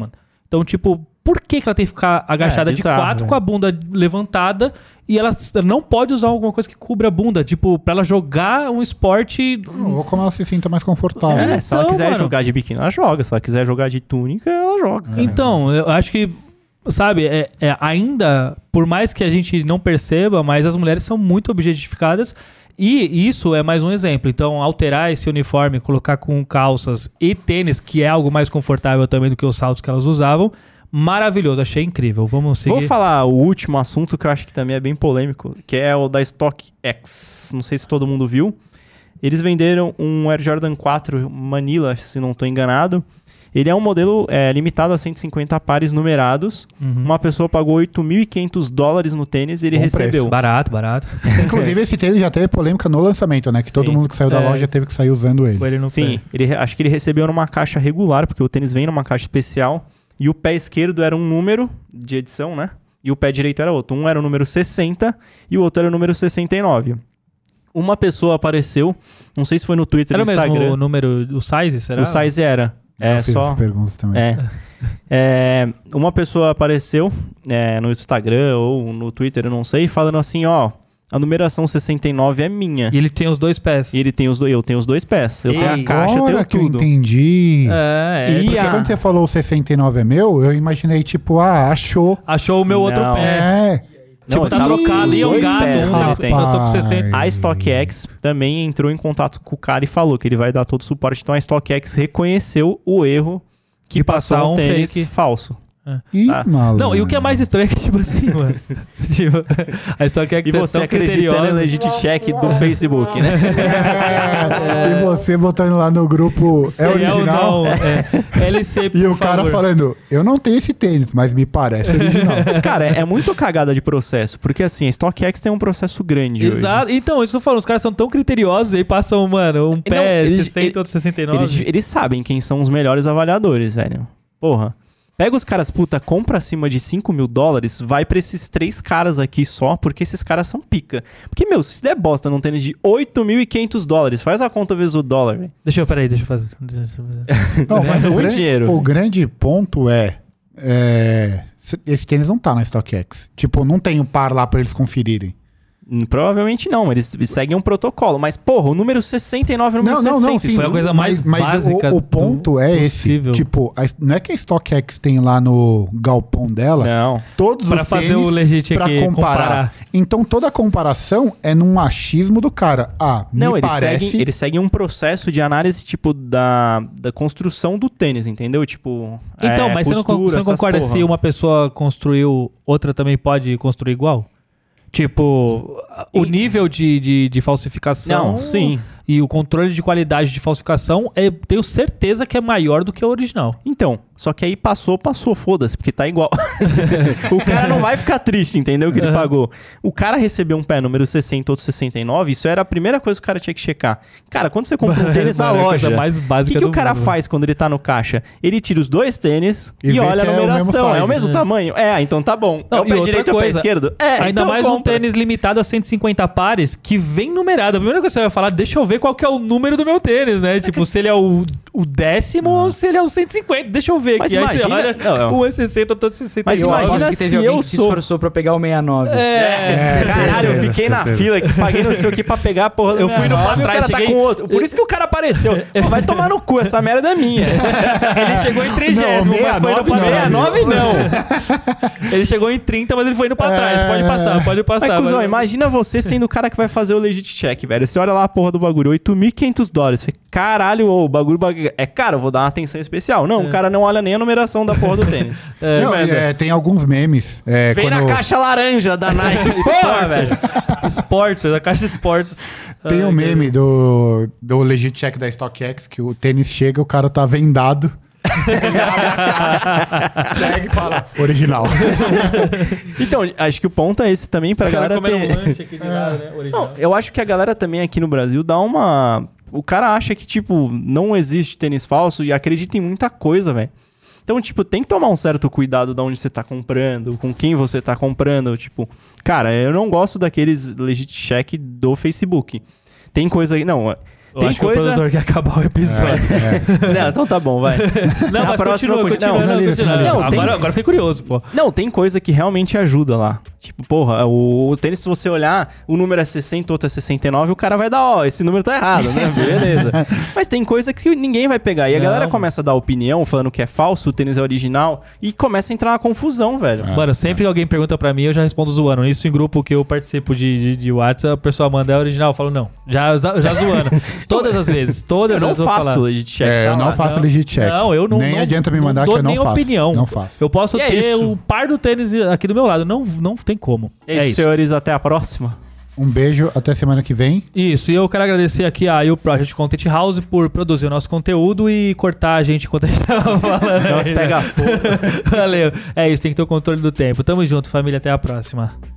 Então, tipo, por que, que ela tem que ficar agachada É, de bizarro, quatro né? com a bunda levantada e ela não pode usar alguma coisa que cubra a bunda? Tipo, pra ela jogar um esporte... Ou como ela se sinta mais confortável. É, se ela Então, quiser mano. jogar de biquíni, ela joga. Se ela quiser jogar de túnica, ela joga. Então, eu acho que, sabe, é, é, ainda, por mais que a gente não perceba, mas as mulheres são muito objetificadas e isso é mais um exemplo. Então, alterar esse uniforme, colocar com calças e tênis, que é algo mais confortável também do que os saltos que elas usavam, maravilhoso, achei incrível. Vamos seguir. Vou falar o último assunto que eu acho que também é bem polêmico, que é o da StockX. Não sei se todo mundo viu. Eles venderam um Air Jordan quatro Manila, se não estou enganado. Ele é um modelo é, limitado a cento e cinquenta pares numerados. Uhum. Uma pessoa pagou oito mil e quinhentos dólares no tênis e ele Bom recebeu. preço. Barato, barato. Inclusive, esse tênis já teve polêmica no lançamento, né? Que todo Sim. mundo que saiu da É. loja teve que sair usando ele. Foi ele no Sim, pé. ele, acho que ele recebeu numa caixa regular, porque o tênis vem numa caixa especial. E o pé esquerdo era um número de edição, né? E o pé direito era outro. Um era o número sessenta e o outro era o número sessenta e nove. Uma pessoa apareceu, não sei se foi no Twitter Era ou o no mesmo Instagram. o número, o size, será? O size era. É, Eu fiz só... essas perguntas também. É. É, uma pessoa apareceu é, no Instagram ou no Twitter, eu não sei, falando assim, ó, a numeração sessenta e nove é minha. E ele tem os dois pés. E ele tem os dois, eu tenho os dois pés. Eu tenho a Ei. caixa, eu Agora tenho que tudo. eu entendi. É, é. E Porque a- quando você falou o sessenta e nove é meu, eu imaginei tipo, ah, achou. Achou o meu outro Não. pé. É. Não, Tipo, tá ele- trocado os e é um dois gato. pés Um ele tá- tem. eu tô com sessenta. A StockX também entrou em contato com o cara e falou que ele vai dar todo o suporte. Então a StockX reconheceu o erro que De passou passar um um tênis fake. falso. Ih, Ah. malandro. Não, e o que é mais estranho é que, tipo assim, mano. tipo, a história é que E você tão acreditando criteriosa. no legit check do Facebook, né? É, E você botando lá no grupo, Se é original? ou não, é. L C, por E o cara favor. falando, eu não tenho esse tênis, mas me parece original. Mas, cara, é muito cagada de processo. Porque, assim, a StockX tem um processo grande Exato. Então, isso que eu tô falando, os caras são tão criteriosos e aí passam, mano, um pé eles- sessenta, ele- outro sessenta e hoje. nove. Eles, eles sabem quem são os melhores avaliadores, velho. Porra. Pega os caras, puta, compra acima de cinco mil dólares, vai pra esses três caras aqui só, porque esses caras são pica. Porque, meu, se der bosta num tênis de oito mil e quinhentos dólares, faz a conta vezes o dólar, velho. Deixa eu, peraí, deixa eu fazer. Deixa eu fazer. Não, mas É o, muito grande, dinheiro. o grande ponto é, é, esse tênis não tá na StockX. Tipo, não tem o par lá pra eles conferirem. Hum, Provavelmente não, eles, eles seguem um protocolo. Mas, porra, o número sessenta e nove é o número Não, não, não, sessenta. sim. Foi a coisa mais mas, mas básica o, o ponto do é possível. esse. Tipo, a- não é que a StockX tem lá no galpão dela Não. todos Pra os fazer tênis o legit pra aqui, comparar. comparar. Então toda a comparação é num achismo do cara. Ah, Não, me eles, parece... seguem, eles seguem um processo de análise, tipo, da, da construção do tênis, entendeu? Tipo, Então, é, mas você não, con- costura, você não essas concorda porra. se uma pessoa construiu, outra também pode construir igual? Tipo, o E- nível de, de, de falsificação Não, sim. e o controle de qualidade de falsificação, é, tenho certeza que é maior do que o original. Então, só que aí passou, passou, foda-se, porque tá igual. O cara não vai ficar triste, entendeu? Que ele Uhum. pagou. O cara recebeu um pé número sessenta, outro sessenta e nove, isso era a primeira coisa que o cara tinha que checar. Cara, quando você compra um tênis na Mano, é a coisa loja, mais o básica que, que o do cara mundo. faz quando ele tá no caixa? Ele tira os dois tênis E e, vê olha se a é o mesmo numeração. É o size. mesmo É. tamanho? É, então tá bom. Não, é o e pé outra direito ou o pé coisa, esquerdo? É, Ainda então mais um compra. tênis limitado a cento e cinquenta pares que vem numerado. A primeira coisa que você vai falar, deixa eu ver qual que é o número do meu tênis, né? Tipo, se ele é o, o décimo ou se ele é o cento e cinquenta. Deixa eu ver Mas aqui. Aí você imagina- olha, não, não. um é sessenta, outro é sessenta. Mas Eu imagina aposto que se teve alguém eu que se sou- esforçou pra pegar o sessenta e nove. É, É, Caralho, eu certeza, fiquei na certeza. fila, que paguei não sei o que pra pegar a porra do Eu fui no meu pra nome, trás, o cara tá cheguei- com outro. Por isso que o cara apareceu. Pô, vai tomar no cu, essa merda é minha. Ele chegou em trigésimo, mas foi indo pra sessenta e nove trás. não, não. Ele chegou em trinta, mas ele foi indo pra trás. É. Pode passar, pode passar. Mas, cuzão, mas- imagina você sendo o cara que vai fazer o legit check, velho. Você olha lá a porra do bagulho, oito mil e quinhentos dólares. Você, caralho, ô, o bagulho, bagulho é caro, vou dar uma atenção especial. Não, o cara não olha nem a numeração da porra do tênis. É, Não, merda. é, tem alguns memes. É, Vem quando na caixa laranja da Nike. Porra, velho. Sports, a caixa Sports. Tem Ai, um meme do, do legit check da StockX que o tênis chega, o cara tá vendado. Ele abre a caixa, pega e fala, original. Então, acho que o ponto é esse também pra O cara galera comendo ter... um lanche aqui de lado, né? Original. Não, eu acho que a galera também aqui no Brasil dá uma... O cara acha que, tipo, não existe tênis falso e acredita em muita coisa, velho. Então, tipo, tem que tomar um certo cuidado de onde você tá comprando, com quem você tá comprando. Tipo, cara, eu não gosto daqueles legit check do Facebook. Tem coisa aí... Não, Eu Tem acho que o coisa- produtor quer acabar o episódio. Não, então tá bom, vai. Não, Na mas próxima, continua, continua. continua. Não, Não, finaliza, continua. finaliza. Não, tem- agora, agora eu fiquei curioso, pô. Não, tem coisa que realmente ajuda lá. Tipo, porra, o, o tênis, se você olhar, o número é sessenta, outro é sessenta e nove, o cara vai dar, ó, esse número tá errado, né? Beleza. Mas tem coisa que ninguém vai pegar. E a Não. galera começa a dar opinião, falando que é falso, o tênis é original, e começa a entrar na confusão, velho. Ah, Mano, sempre que alguém pergunta pra mim, eu já respondo zoando. Isso em grupo que eu participo de, de, de WhatsApp, a pessoa manda é original, eu falo não. Já, já zoando. Todas as vezes, todas Eu as não vezes eu vou faço falar. legit check. É, tá eu não lá. faço Não. legit check. Não, eu não. Nem não, adianta me não mandar dou que eu não nem faço. opinião. Não faço. Eu posso E é ter isso. o par do tênis aqui do meu lado. Não, não tem como. É isso, senhores, até a próxima. Um beijo, até semana que vem. Isso, e eu quero agradecer aqui a U Project Content House por produzir o nosso conteúdo e cortar a gente enquanto a gente tava falando. Nós aí, né? pega fogo. Valeu. É isso, tem que ter o controle do tempo. Tamo junto, família. Até a próxima.